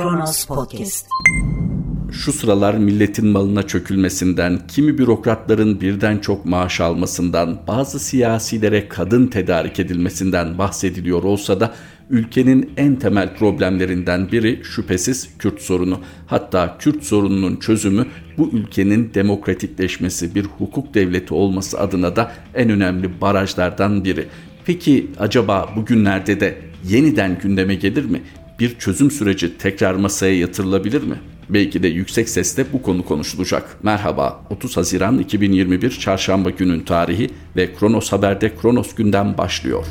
Kronos Podcast. Şu sıralar milletin malına çökülmesinden, kimi bürokratların birden çok maaş almasından, bazı siyasilere kadın tedarik edilmesinden bahsediliyor olsa da ülkenin en temel problemlerinden biri şüphesiz Kürt sorunu. Hatta Kürt sorununun çözümü bu ülkenin demokratikleşmesi, bir hukuk devleti olması adına da en önemli barajlardan biri. Peki acaba bugünlerde de yeniden gündeme gelir mi? Bir çözüm süreci tekrar masaya yatırılabilir mi? Belki de yüksek sesle bu konu konuşulacak. Merhaba, 30 Haziran 2021 Çarşamba günün tarihi ve Kronos Haber'de Kronos gündem başlıyor.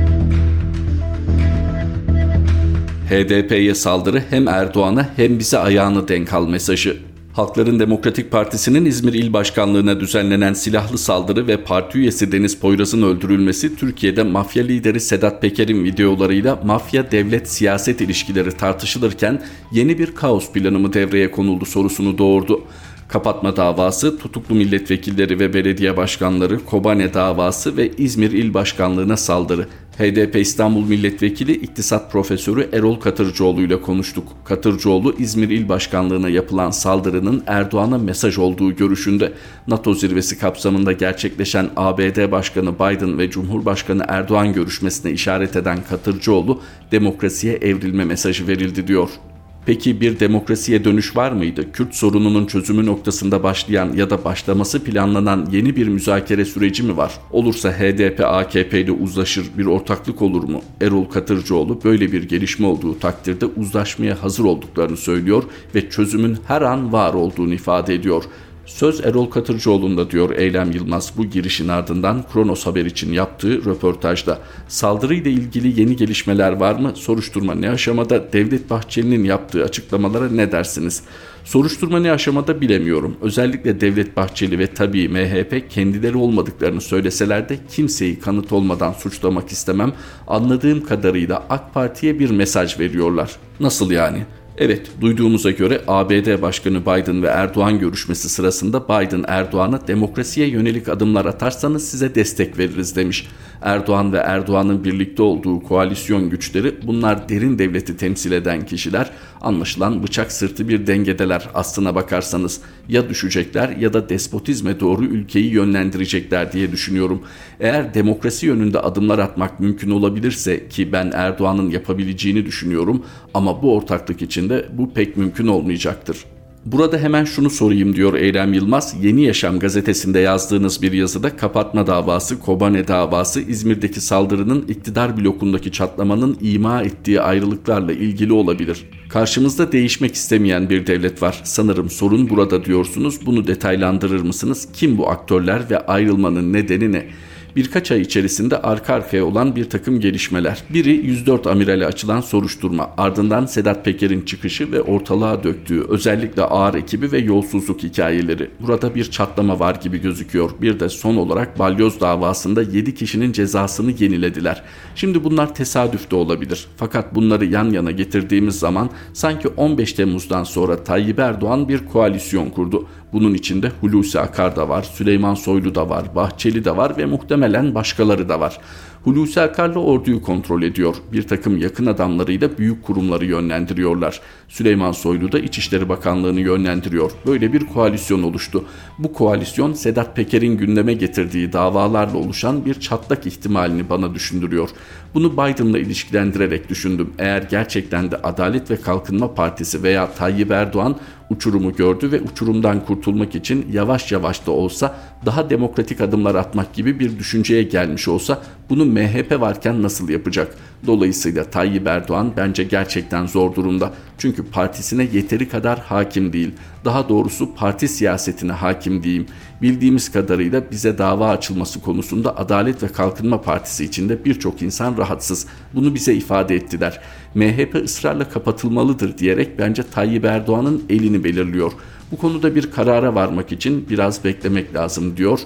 HDP'ye saldırı hem Erdoğan'a hem bize ayağını denk al mesajı. Halkların Demokratik Partisi'nin İzmir İl Başkanlığı'na düzenlenen silahlı saldırı ve parti üyesi Deniz Poyraz'ın öldürülmesi Türkiye'de mafya lideri Sedat Peker'in videolarıyla mafya-devlet siyaset ilişkileri tartışılırken yeni bir kaos planı mı devreye konuldu sorusunu doğurdu. Kapatma davası, tutuklu milletvekilleri ve belediye başkanları, Kobane davası ve İzmir İl Başkanlığı'na saldırı. HDP İstanbul Milletvekili İktisat Profesörü Erol Katırcıoğlu ile konuştuk. Katırcıoğlu, İzmir İl Başkanlığı'na yapılan saldırının Erdoğan'a mesaj olduğu görüşünde. NATO zirvesi kapsamında gerçekleşen ABD Başkanı Biden ve Cumhurbaşkanı Erdoğan görüşmesine işaret eden Katırcıoğlu, demokrasiye evrilme mesajı verildi diyor. Peki bir demokrasiye dönüş var mıydı? Kürt sorununun çözümü noktasında başlayan ya da başlaması planlanan yeni bir müzakere süreci mi var? Olursa HDP AKP ile uzlaşır, bir ortaklık olur mu? Erol Katırcıoğlu böyle bir gelişme olduğu takdirde uzlaşmaya hazır olduklarını söylüyor ve çözümün her an var olduğunu ifade ediyor. Söz Erol Katırcıoğlu'nda diyor Eylem Yılmaz bu girişin ardından Kronos Haber için yaptığı röportajda. Saldırıyla ilgili yeni gelişmeler var mı? Soruşturma ne aşamada? Devlet Bahçeli'nin yaptığı açıklamalara ne dersiniz? Soruşturma ne aşamada bilemiyorum. Özellikle Devlet Bahçeli ve tabii MHP kendileri olmadıklarını söyleseler de kimseyi kanıt olmadan suçlamak istemem. Anladığım kadarıyla AK Parti'ye bir mesaj veriyorlar. Nasıl yani? Evet, duyduğumuza göre ABD Başkanı Biden ve Erdoğan görüşmesi sırasında Biden Erdoğan'a demokrasiye yönelik adımlar atarsanız size destek veririz demiş. Erdoğan ve Erdoğan'ın birlikte olduğu koalisyon güçleri, bunlar derin devleti temsil eden kişiler, anlaşılan bıçak sırtı bir dengedeler aslına bakarsanız. Ya düşecekler ya da despotizme doğru ülkeyi yönlendirecekler diye düşünüyorum. Eğer demokrasi yönünde adımlar atmak mümkün olabilirse, ki ben Erdoğan'ın yapabileceğini düşünüyorum, ama bu ortaklık içinde bu pek mümkün olmayacaktır. Burada hemen şunu sorayım diyor Eylem Yılmaz. Yeni Yaşam gazetesinde yazdığınız bir yazıda kapatma davası, Kobane davası, İzmir'deki saldırının iktidar blokundaki çatlamanın ima ettiği ayrılıklarla ilgili olabilir. Karşımızda değişmek istemeyen bir devlet var. Sanırım sorun burada diyorsunuz. Bunu detaylandırır mısınız? Kim bu aktörler ve ayrılmanın nedeni ne? Birkaç ay içerisinde arka arkaya olan bir takım gelişmeler. Biri 104 amirale açılan soruşturma, ardından Sedat Peker'in çıkışı ve ortalığa döktüğü özellikle ağır ekibi ve yolsuzluk hikayeleri. Burada bir çatlama var gibi gözüküyor. Bir de son olarak Balyoz davasında 7 kişinin cezasını yenilediler. Şimdi bunlar tesadüf de olabilir. Fakat bunları yan yana getirdiğimiz zaman sanki 15 Temmuz'dan sonra Tayyip Erdoğan bir koalisyon kurdu. Bunun içinde Hulusi Akar da var, Süleyman Soylu da var, Bahçeli de var ve muhtemelen başkaları da var. Hulusi Akar'la orduyu kontrol ediyor. Bir takım yakın adamlarıyla büyük kurumları yönlendiriyorlar. Süleyman Soylu da İçişleri Bakanlığı'nı yönlendiriyor. Böyle bir koalisyon oluştu. Bu koalisyon Sedat Peker'in gündeme getirdiği davalarla oluşan bir çatlak ihtimalini bana düşündürüyor. Bunu Biden'la ilişkilendirerek düşündüm. Eğer gerçekten de Adalet ve Kalkınma Partisi veya Tayyip Erdoğan uçurumu gördü ve uçurumdan kurtulmak için yavaş yavaş da olsa daha demokratik adımlar atmak gibi bir düşünceye gelmiş olsa bunu MHP varken nasıl yapacak? Dolayısıyla Tayyip Erdoğan bence gerçekten zor durumda. Çünkü partisine yeteri kadar hakim değil. Daha doğrusu parti siyasetine hakim diyeyim. Bildiğimiz kadarıyla bize dava açılması konusunda Adalet ve Kalkınma Partisi içinde birçok insan rahatsız. Bunu bize ifade ettiler. MHP ısrarla kapatılmalıdır diyerek bence Tayyip Erdoğan'ın elini belirliyor. Bu konuda bir karara varmak için biraz beklemek lazım diyor.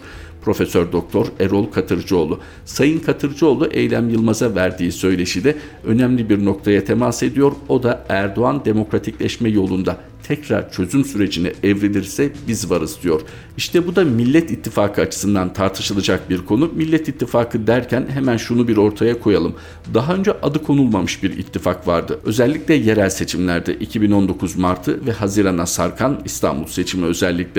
Profesör Doktor Erol Katırcıoğlu. Sayın Katırcıoğlu Eylem Yılmaz'a verdiği söyleşide önemli bir noktaya temas ediyor. O da Erdoğan demokratikleşme yolunda tekrar çözüm sürecine evrilirse biz varız diyor. İşte bu da Millet İttifakı açısından tartışılacak bir konu. Millet İttifakı derken hemen şunu bir ortaya koyalım. Daha önce adı konulmamış bir ittifak vardı. Özellikle yerel seçimlerde 2019 Mart'ı ve Haziran'a sarkan İstanbul seçimi özellikle.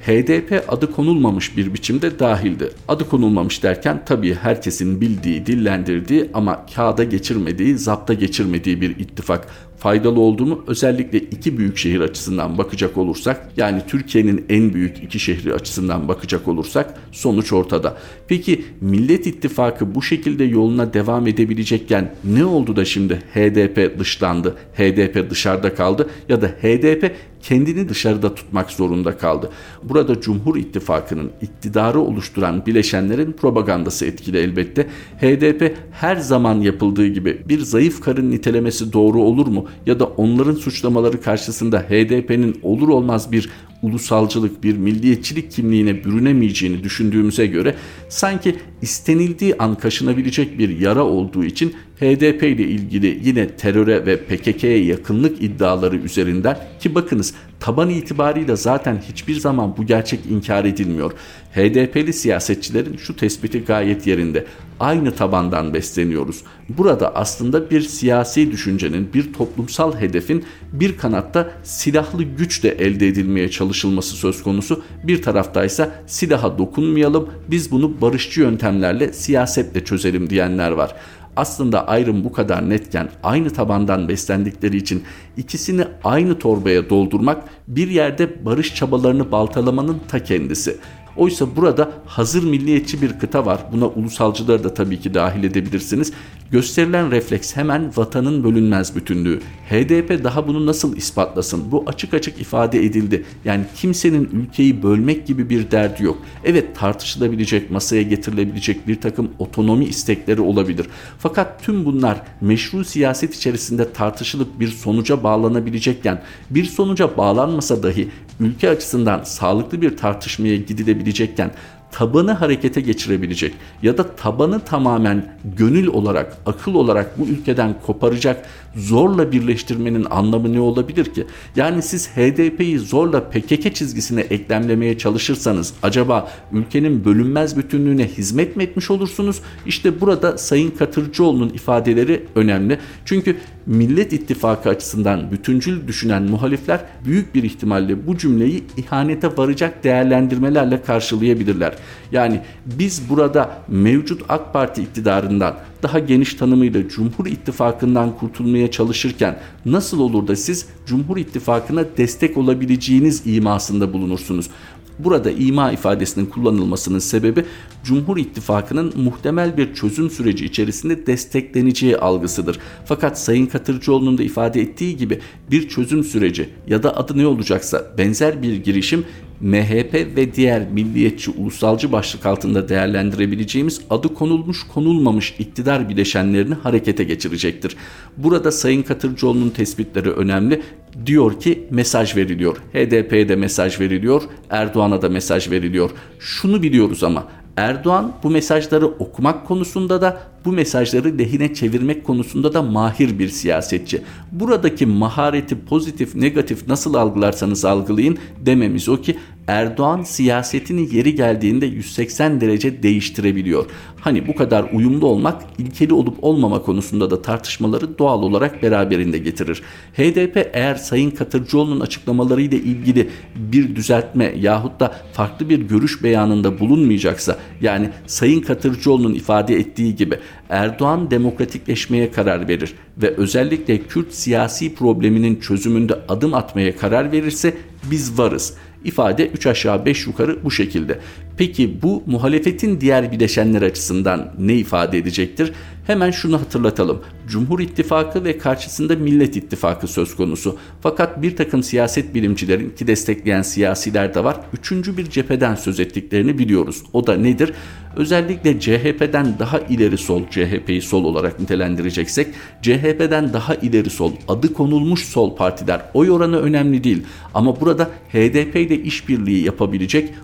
HDP adı konulmamış bir biçimde dahildi. Adı konulmamış derken tabii herkesin bildiği, dillendirdiği ama kağıda geçirmediği, zapta geçirmediği bir ittifak. Faydalı oldu mu? Özellikle iki büyük şehir açısından bakacak olursak, yani Türkiye'nin en büyük iki şehri açısından bakacak olursak sonuç ortada. Peki Millet İttifakı bu şekilde yoluna devam edebilecekken ne oldu da şimdi HDP dışlandı, HDP dışarıda kaldı ya da HDP kendini dışarıda tutmak zorunda kaldı? Burada Cumhur İttifakı'nın iktidarı oluşturan bileşenlerin propagandası etkili elbette. HDP her zaman yapıldığı gibi bir zayıf karın nitelemesi doğru olur mu? Ya da onların suçlamaları karşısında HDP'nin olur olmaz bir ulusalcılık, bir milliyetçilik kimliğine bürünemeyeceğini düşündüğümüze göre sanki istenildiği an kaşınabilecek bir yara olduğu için HDP ile ilgili yine teröre ve PKK'ye yakınlık iddiaları üzerinden, ki bakınız taban itibarıyla zaten hiçbir zaman bu gerçek inkar edilmiyor. HDP'li siyasetçilerin şu tespiti gayet yerinde. Aynı tabandan besleniyoruz. Burada aslında bir siyasi düşüncenin, bir toplumsal hedefin bir kanatta silahlı güçle elde edilmeye çalışılması söz konusu. Bir taraftaysa silaha dokunmayalım, biz bunu barışçı yöntemlerle, siyasetle çözelim diyenler var. Aslında ayrım bu kadar netken, aynı tabandan beslendikleri için ikisini aynı torbaya doldurmak bir yerde barış çabalarını baltalamanın ta kendisi. Oysa burada hazır milliyetçi bir kıta var. Buna ulusalcıları da tabii ki dahil edebilirsiniz. Gösterilen refleks hemen vatanın bölünmez bütünlüğü. HDP daha bunu nasıl ispatlasın? Bu açık açık ifade edildi. Yani kimsenin ülkeyi bölmek gibi bir derdi yok. Evet, tartışılabilecek, masaya getirilebilecek bir takım otonomi istekleri olabilir. Fakat tüm bunlar meşru siyaset içerisinde tartışılıp bir sonuca bağlanabilecekken, bir sonuca bağlanmasa dahi ülke açısından sağlıklı bir tartışmaya gidilebilecekken, tabanı harekete geçirebilecek ya da tabanı tamamen gönül olarak, akıl olarak bu ülkeden koparacak zorla birleştirmenin anlamı ne olabilir ki? Yani siz HDP'yi zorla PKK çizgisine eklemlemeye çalışırsanız acaba ülkenin bölünmez bütünlüğüne hizmet mi etmiş olursunuz? İşte burada Sayın Katırcıoğlu'nun ifadeleri önemli. Çünkü Millet İttifakı açısından bütüncül düşünen muhalifler büyük bir ihtimalle bu cümleyi ihanete varacak değerlendirmelerle karşılayabilirler. Yani biz burada mevcut AK Parti iktidarından, daha geniş tanımıyla Cumhur İttifakı'ndan kurtulmaya çalışırken nasıl olur da siz Cumhur İttifakı'na destek olabileceğiniz imasında bulunursunuz? Burada ima ifadesinin kullanılmasının sebebi Cumhur İttifakı'nın muhtemel bir çözüm süreci içerisinde destekleneceği algısıdır. Fakat Sayın Katırcıoğlu'nun da ifade ettiği gibi bir çözüm süreci ya da adı ne olacaksa benzer bir girişim MHP ve diğer milliyetçi ulusalcı başlık altında değerlendirebileceğimiz adı konulmuş konulmamış iktidar bileşenlerini harekete geçirecektir. Burada Sayın Katırcıoğlu'nun tespitleri önemli. Diyor ki mesaj veriliyor. HDP'ye de mesaj veriliyor. Erdoğan'a da mesaj veriliyor. Şunu biliyoruz ama Erdoğan bu mesajları okumak konusunda da, bu mesajları lehine çevirmek konusunda da mahir bir siyasetçi. Buradaki mahareti pozitif, negatif nasıl algılarsanız algılayın, dememiz o ki Erdoğan siyasetini yeri geldiğinde 180 derece değiştirebiliyor. Hani bu kadar uyumlu olmak ilkeli olup olmama konusunda da tartışmaları doğal olarak beraberinde getirir. HDP eğer Sayın Katırcıoğlu'nun açıklamalarıyla ilgili bir düzeltme yahut da farklı bir görüş beyanında bulunmayacaksa, yani Sayın Katırcıoğlu'nun ifade ettiği gibi Erdoğan demokratikleşmeye karar verir ve özellikle Kürt siyasi probleminin çözümünde adım atmaya karar verirse biz varız. İfade 3 aşağı 5 yukarı bu şekilde. Peki bu muhalefetin diğer bileşenler açısından ne ifade edecektir? Hemen şunu hatırlatalım. Cumhur İttifakı ve karşısında Millet İttifakı söz konusu. Fakat bir takım siyaset bilimcilerin, ki destekleyen siyasiler de var, üçüncü bir cepheden söz ettiklerini biliyoruz. O da nedir? Özellikle CHP'den daha ileri sol, CHP'yi sol olarak nitelendireceksek, CHP'den daha ileri sol, adı konulmuş sol partiler, oy oranı önemli değil. Ama burada HDP ile işbirliği yapabilecek,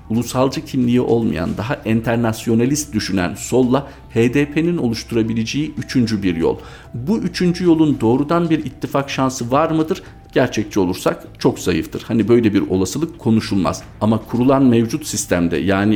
ulusalcı kimliği olmayan, daha enternasyonalist düşünen solla HDP'nin oluşturabileceği üçüncü bir yol. Bu üçüncü yolun doğrudan bir ittifak şansı var mıdır? Gerçekçi olursak çok zayıftır. Hani böyle bir olasılık konuşulmaz. Ama kurulan mevcut sistemde, yani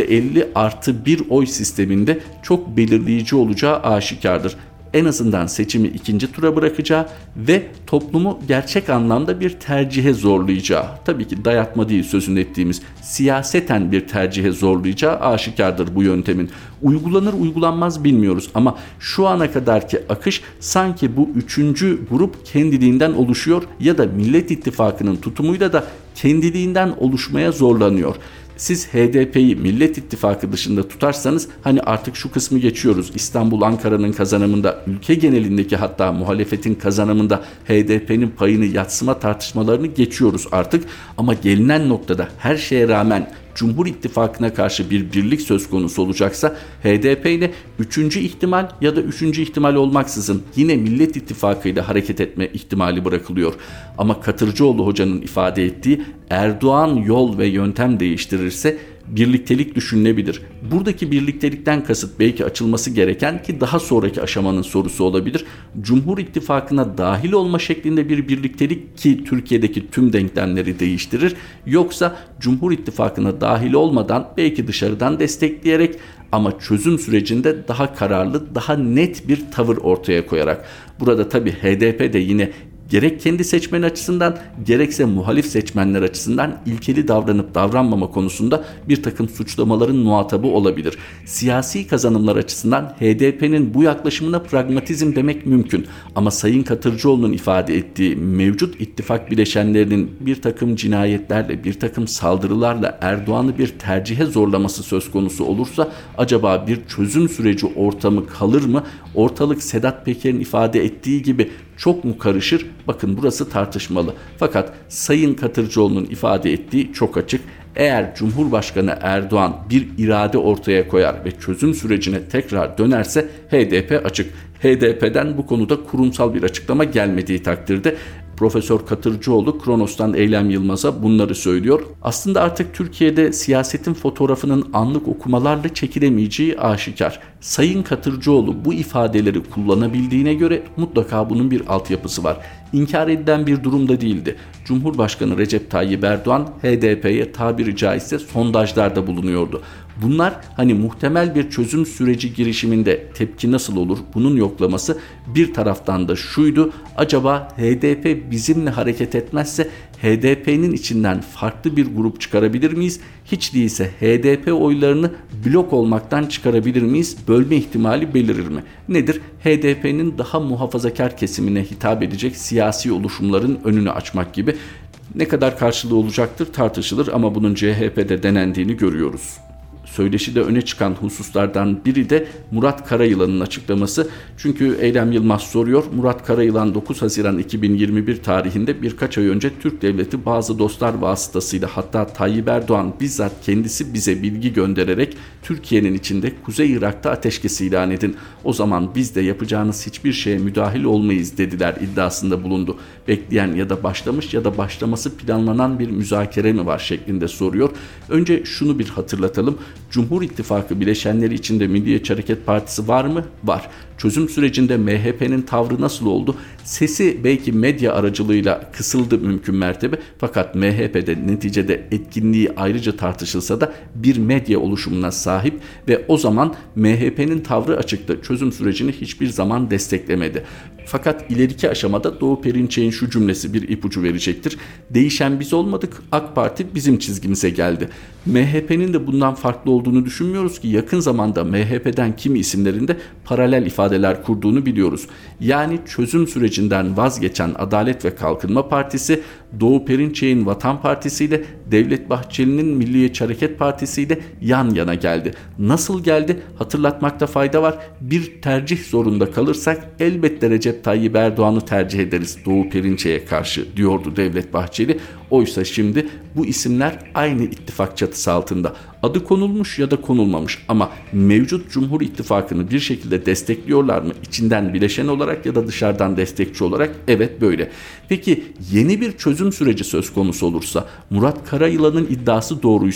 %50+1 oy sisteminde çok belirleyici olacağı aşikardır. En azından seçimi ikinci tura bırakacağı ve toplumu gerçek anlamda bir tercihe zorlayacağı, tabii ki dayatma değil sözünü ettiğimiz, siyaseten bir tercihe zorlayacağı aşikardır bu yöntemin. Uygulanır uygulanmaz bilmiyoruz ama şu ana kadarki akış sanki bu üçüncü grup kendiliğinden oluşuyor ya da Millet İttifakı'nın tutumuyla da kendiliğinden oluşmaya zorlanıyor. Siz HDP'yi Millet İttifakı dışında tutarsanız hani artık şu kısmı geçiyoruz. İstanbul, Ankara'nın kazanımında, ülke genelindeki hatta muhalefetin kazanımında HDP'nin payını yadsıma tartışmalarını geçiyoruz artık. Ama gelinen noktada her şeye rağmen Cumhur İttifakı'na karşı bir birlik söz konusu olacaksa HDP ile 3. ihtimal ya da 3. ihtimal olmaksızın yine Millet İttifakı ile hareket etme ihtimali bırakılıyor. Ama Katırcıoğlu hocanın ifade ettiği Erdoğan yol ve yöntem değiştirirse birliktelik düşünülebilir. Buradaki birliktelikten kasıt belki açılması gereken ki daha sonraki aşamanın sorusu olabilir. Cumhur İttifakı'na dahil olma şeklinde bir birliktelik ki Türkiye'deki tüm denklemleri değiştirir. Yoksa Cumhur İttifakı'na dahil olmadan belki dışarıdan destekleyerek ama çözüm sürecinde daha kararlı, daha net bir tavır ortaya koyarak. Burada tabii HDP de yine gerek kendi seçmeni açısından gerekse muhalif seçmenler açısından ilkeli davranıp davranmama konusunda bir takım suçlamaların muhatabı olabilir. Siyasi kazanımlar açısından HDP'nin bu yaklaşımına pragmatizm demek mümkün. Ama Sayın Katırcıoğlu'nun ifade ettiği mevcut ittifak bileşenlerinin bir takım cinayetlerle, bir takım saldırılarla Erdoğan'ı bir tercihe zorlaması söz konusu olursa acaba bir çözüm süreci ortamı kalır mı? Ortalık Sedat Peker'in ifade ettiği gibi çok mu karışır? Bakın burası tartışmalı. Fakat Sayın Katırcıoğlu'nun ifade ettiği çok açık. Eğer Cumhurbaşkanı Erdoğan bir irade ortaya koyar ve çözüm sürecine tekrar dönerse HDP açık. HDP'den bu konuda kurumsal bir açıklama gelmediği takdirde Profesör Katırcıoğlu Kronos'tan Eylem Yılmaz'a bunları söylüyor. Aslında artık Türkiye'de siyasetin fotoğrafının anlık okumalarla çekilemeyeceği aşikar. Sayın Katırcıoğlu bu ifadeleri kullanabildiğine göre mutlaka bunun bir altyapısı var. İnkar edilen bir durumda değildi. Cumhurbaşkanı Recep Tayyip Erdoğan HDP'ye tabiri caizse sondajlarda bulunuyordu. Bunlar hani muhtemel bir çözüm süreci girişiminde tepki nasıl olur bunun yoklaması. Bir taraftan da şuydu: acaba HDP bizimle hareket etmezse HDP'nin içinden farklı bir grup çıkarabilir miyiz? Hiç değilse HDP oylarını blok olmaktan çıkarabilir miyiz? Bölme ihtimali belirir mi? Nedir? HDP'nin daha muhafazakar kesimine hitap edecek siyasi oluşumların önünü açmak gibi. Ne kadar karşılığı olacaktır tartışılır ama bunun CHP'de denendiğini görüyoruz. Söyleşide öne çıkan hususlardan biri de Murat Karayılan'ın açıklaması. Çünkü Eylem Yılmaz soruyor. Murat Karayılan 9 Haziran 2021 tarihinde birkaç ay önce Türk Devleti bazı dostlar vasıtasıyla, hatta Tayyip Erdoğan bizzat kendisi bize bilgi göndererek Türkiye'nin içinde Kuzey Irak'ta ateşkes ilan edin. O zaman biz de yapacağınız hiçbir şeye müdahil olmayız dediler iddiasında bulundu. Bekleyen ya da başlamış ya da başlaması planlanan bir müzakere mi var şeklinde soruyor. Önce şunu bir hatırlatalım. Cumhur İttifakı bileşenleri içinde Milliyetçi Hareket Partisi var mı? Var. Çözüm sürecinde MHP'nin tavrı nasıl oldu? Sesi belki medya aracılığıyla kısıldı mümkün mertebe. Fakat MHP'de neticede etkinliği ayrıca tartışılsa da bir medya oluşumuna sahip ve o zaman MHP'nin tavrı açıktı. Çözüm sürecini hiçbir zaman desteklemedi. Fakat ileriki aşamada Doğu Perinçek'in şu cümlesi bir ipucu verecektir. Değişen biz olmadık, AK Parti bizim çizgimize geldi. MHP'nin de bundan farklı olduğunu düşünmüyoruz ki yakın zamanda MHP'den kimi isimlerin de paralel ifadeler kurduğunu biliyoruz. Yani çözüm sürecinden vazgeçen Adalet ve Kalkınma Partisi, Doğu Perinçek'in Vatan Partisi ile Devlet Bahçeli'nin Milliyetçi Hareket Partisi ile yan yana geldi. Nasıl geldi? Hatırlatmakta fayda var. Bir tercih zorunda kalırsak elbette Recep Tayyip Erdoğan'ı tercih ederiz Doğu Perinçek'e karşı diyordu Devlet Bahçeli. Oysa şimdi bu isimler aynı ittifak çatısı altında. Adı konulmuş ya da konulmamış ama mevcut Cumhur İttifakı'nı bir şekilde destekliyorlar mı? İçinden bileşen olarak ya da dışarıdan destekçi olarak? Evet, böyle. Peki yeni bir çözüm süreci söz konusu olursa, Murat Karayılan'ın iddiası doğruysa,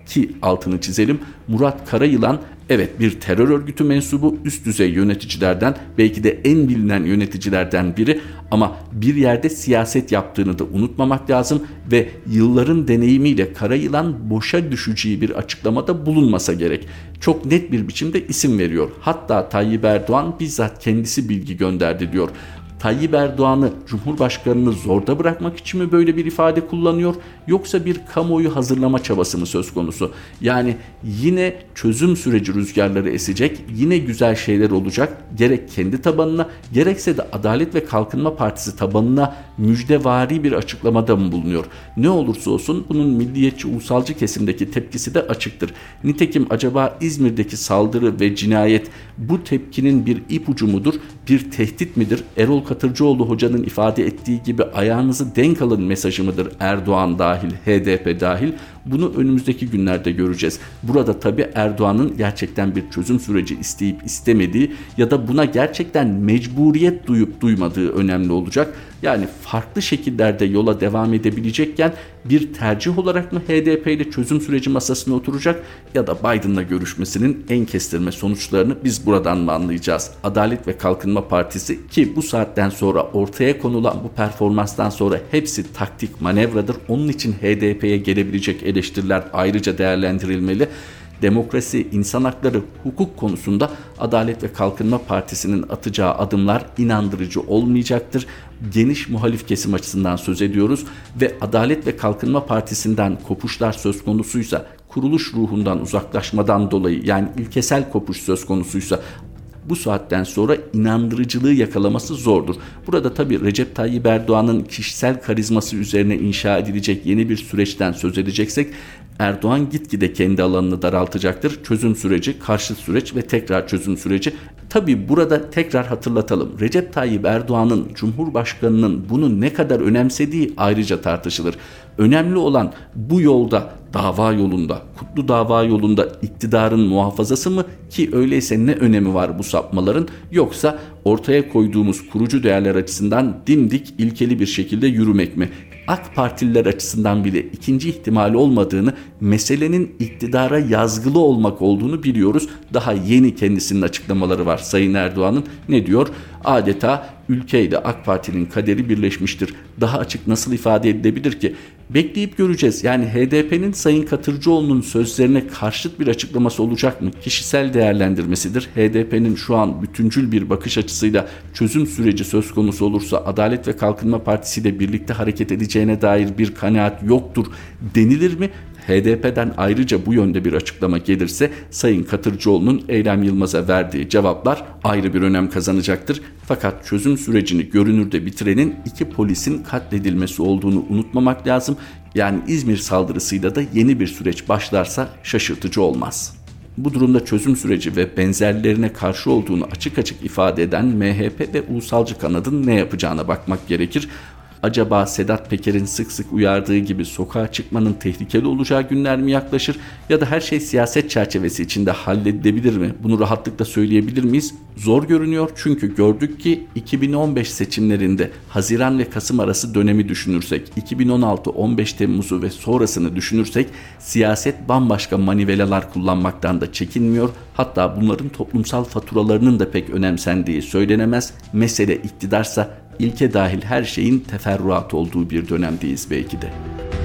Ki altını çizelim, Murat Karayılan evet bir terör örgütü mensubu, üst düzey yöneticilerden, belki de en bilinen yöneticilerden biri, ama bir yerde siyaset yaptığını da unutmamak lazım ve yılların deneyimiyle Karayılan boşa düşeceği bir açıklamada bulunmasa gerek. Çok net bir biçimde isim veriyor. Hatta Tayyip Erdoğan bizzat kendisi bilgi gönderdi diyor. Tayyip Erdoğan'ı, Cumhurbaşkanı'nı zorda bırakmak için mi böyle bir ifade kullanıyor, yoksa bir kamuoyu hazırlama çabası mı söz konusu? Yani yine çözüm süreci rüzgarları esecek, yine güzel şeyler olacak. Gerek kendi tabanına, gerekse de Adalet ve Kalkınma Partisi tabanına müjdevari bir açıklamada mı bulunuyor? Ne olursa olsun bunun milliyetçi, ulusalcı kesimdeki tepkisi de açıktır. Nitekim acaba İzmir'deki saldırı ve cinayet bu tepkinin bir ipucu mudur, bir tehdit midir? Erol Katırcıoğlu hocanın ifade ettiği gibi ayağınızı denk alın mesajı mıdır? Erdoğan dahil, HDP dahil, bunu önümüzdeki günlerde göreceğiz. Burada tabii Erdoğan'ın gerçekten bir çözüm süreci isteyip istemediği ya da buna gerçekten mecburiyet duyup duymadığı önemli olacak. Yani farklı şekillerde yola devam edebilecekken bir tercih olarak mı HDP ile çözüm süreci masasına oturacak, ya da Biden'la görüşmesinin en kestirme sonuçlarını biz buradan mı anlayacağız? Adalet ve Kalkınma Partisi, ki bu saatten sonra ortaya konulan bu performanstan sonra hepsi taktik manevradır. Onun için HDP'ye gelebilecek eleştiriler ayrıca değerlendirilmeli. Demokrasi, insan hakları, hukuk konusunda Adalet ve Kalkınma Partisi'nin atacağı adımlar inandırıcı olmayacaktır. Geniş muhalif kesim açısından söz ediyoruz ve Adalet ve Kalkınma Partisi'nden kopuşlar söz konusuysa, kuruluş ruhundan uzaklaşmadan dolayı, yani ilkesel kopuş söz konusuysa, bu saatten sonra inandırıcılığı yakalaması zordur. Burada tabii Recep Tayyip Erdoğan'ın kişisel karizması üzerine inşa edilecek yeni bir süreçten söz edeceksek, Erdoğan gitgide kendi alanını daraltacaktır. Çözüm süreci, karşı süreç ve tekrar çözüm süreci. Tabii burada tekrar hatırlatalım. Recep Tayyip Erdoğan'ın, Cumhurbaşkanı'nın bunu ne kadar önemsediği ayrıca tartışılır. Önemli olan bu yolda, dava yolunda, kutlu dava yolunda iktidarın muhafazası mı, ki öyleyse ne önemi var bu sapmaların, yoksa ortaya koyduğumuz kurucu değerler açısından dimdik, ilkeli bir şekilde yürümek mi? AK Partililer açısından bile ikinci ihtimali olmadığını, meselenin iktidara yazgılı olmak olduğunu biliyoruz. Daha yeni kendisinin açıklamaları var Sayın Erdoğan'ın. Ne diyor? Adeta ülkeyle AK Parti'nin kaderi birleşmiştir. Daha açık nasıl ifade edilebilir ki? Bekleyip göreceğiz. Yani HDP'nin Sayın Katırcıoğlu'nun sözlerine karşıt bir açıklaması olacak mı? Kişisel değerlendirmesidir. HDP'nin şu an bütüncül bir bakış açısıyla çözüm süreci söz konusu olursa Adalet ve Kalkınma Partisi ile birlikte hareket edeceğine dair bir kanaat yoktur denilir mi? HDP'den ayrıca bu yönde bir açıklama gelirse Sayın Katırcıoğlu'nun Eylem Yılmaz'a verdiği cevaplar ayrı bir önem kazanacaktır. Fakat çözüm sürecini görünürde bitirenin 2 polisin katledilmesi olduğunu unutmamak lazım. Yani İzmir saldırısıyla da yeni bir süreç başlarsa şaşırtıcı olmaz. Bu durumda çözüm süreci ve benzerlerine karşı olduğunu açık açık ifade eden MHP ve ulusalcı kanadın ne yapacağına bakmak gerekir. Acaba Sedat Peker'in sık sık uyardığı gibi sokağa çıkmanın tehlikeli olacağı günler mi yaklaşır, ya da her şey siyaset çerçevesi içinde halledilebilir mi? Bunu rahatlıkla söyleyebilir miyiz? Zor görünüyor, çünkü gördük ki 2015 seçimlerinde Haziran ve Kasım arası dönemi düşünürsek, 2016-15 Temmuz'u ve sonrasını düşünürsek siyaset bambaşka manivelalar kullanmaktan da çekinmiyor. Hatta bunların toplumsal faturalarının da pek önemsendiği söylenemez. Mesele iktidarsa İlke dahil her şeyin teferruat olduğu bir dönemdeyiz belki de.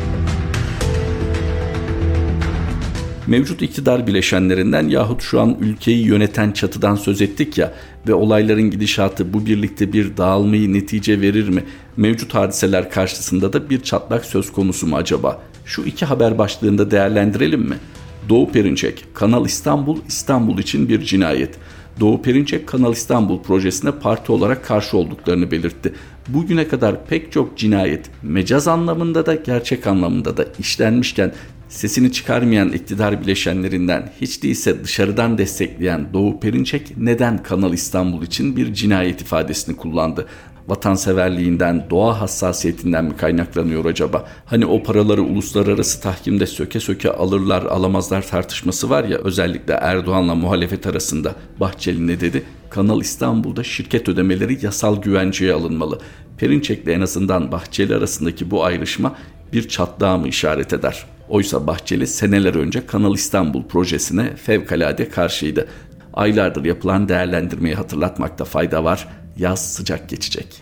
Mevcut iktidar bileşenlerinden yahut şu an ülkeyi yöneten çatıdan söz ettik ya ve olayların gidişatı bu birlikte bir dağılmayı netice verir mi? Mevcut hadiseler karşısında da bir çatlak söz konusu mu acaba? Şu 2 haber başlığında değerlendirelim mi? Doğu Perinçek, Kanal İstanbul, İstanbul için bir cinayet. Doğu Perinçek, Kanal İstanbul projesine parti olarak karşı olduklarını belirtti. Bugüne kadar pek çok cinayet mecaz anlamında da gerçek anlamında da işlenmişken sesini çıkarmayan iktidar bileşenlerinden, hiç değilse dışarıdan destekleyen Doğu Perinçek neden Kanal İstanbul için bir cinayet ifadesini kullandı? Vatanseverliğinden, doğa hassasiyetinden mi kaynaklanıyor acaba? Hani o paraları uluslararası tahkimde söke söke alırlar alamazlar tartışması var ya, özellikle Erdoğan'la muhalefet arasında. Bahçeli ne dedi? Kanal İstanbul'da şirket ödemeleri yasal güvenceye alınmalı. Perinçek'le en azından Bahçeli arasındaki bu ayrışma bir çatlağa mı işaret eder? Oysa Bahçeli seneler önce Kanal İstanbul projesine fevkalade karşıydı. Aylardır yapılan değerlendirmeyi hatırlatmakta fayda var. Yaz sıcak geçecek.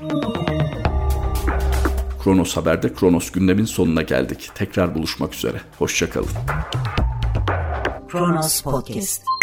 Kronos Haber'de Kronos gündemin sonuna geldik. Tekrar buluşmak üzere. Hoşça kalın. Kronos Podcast.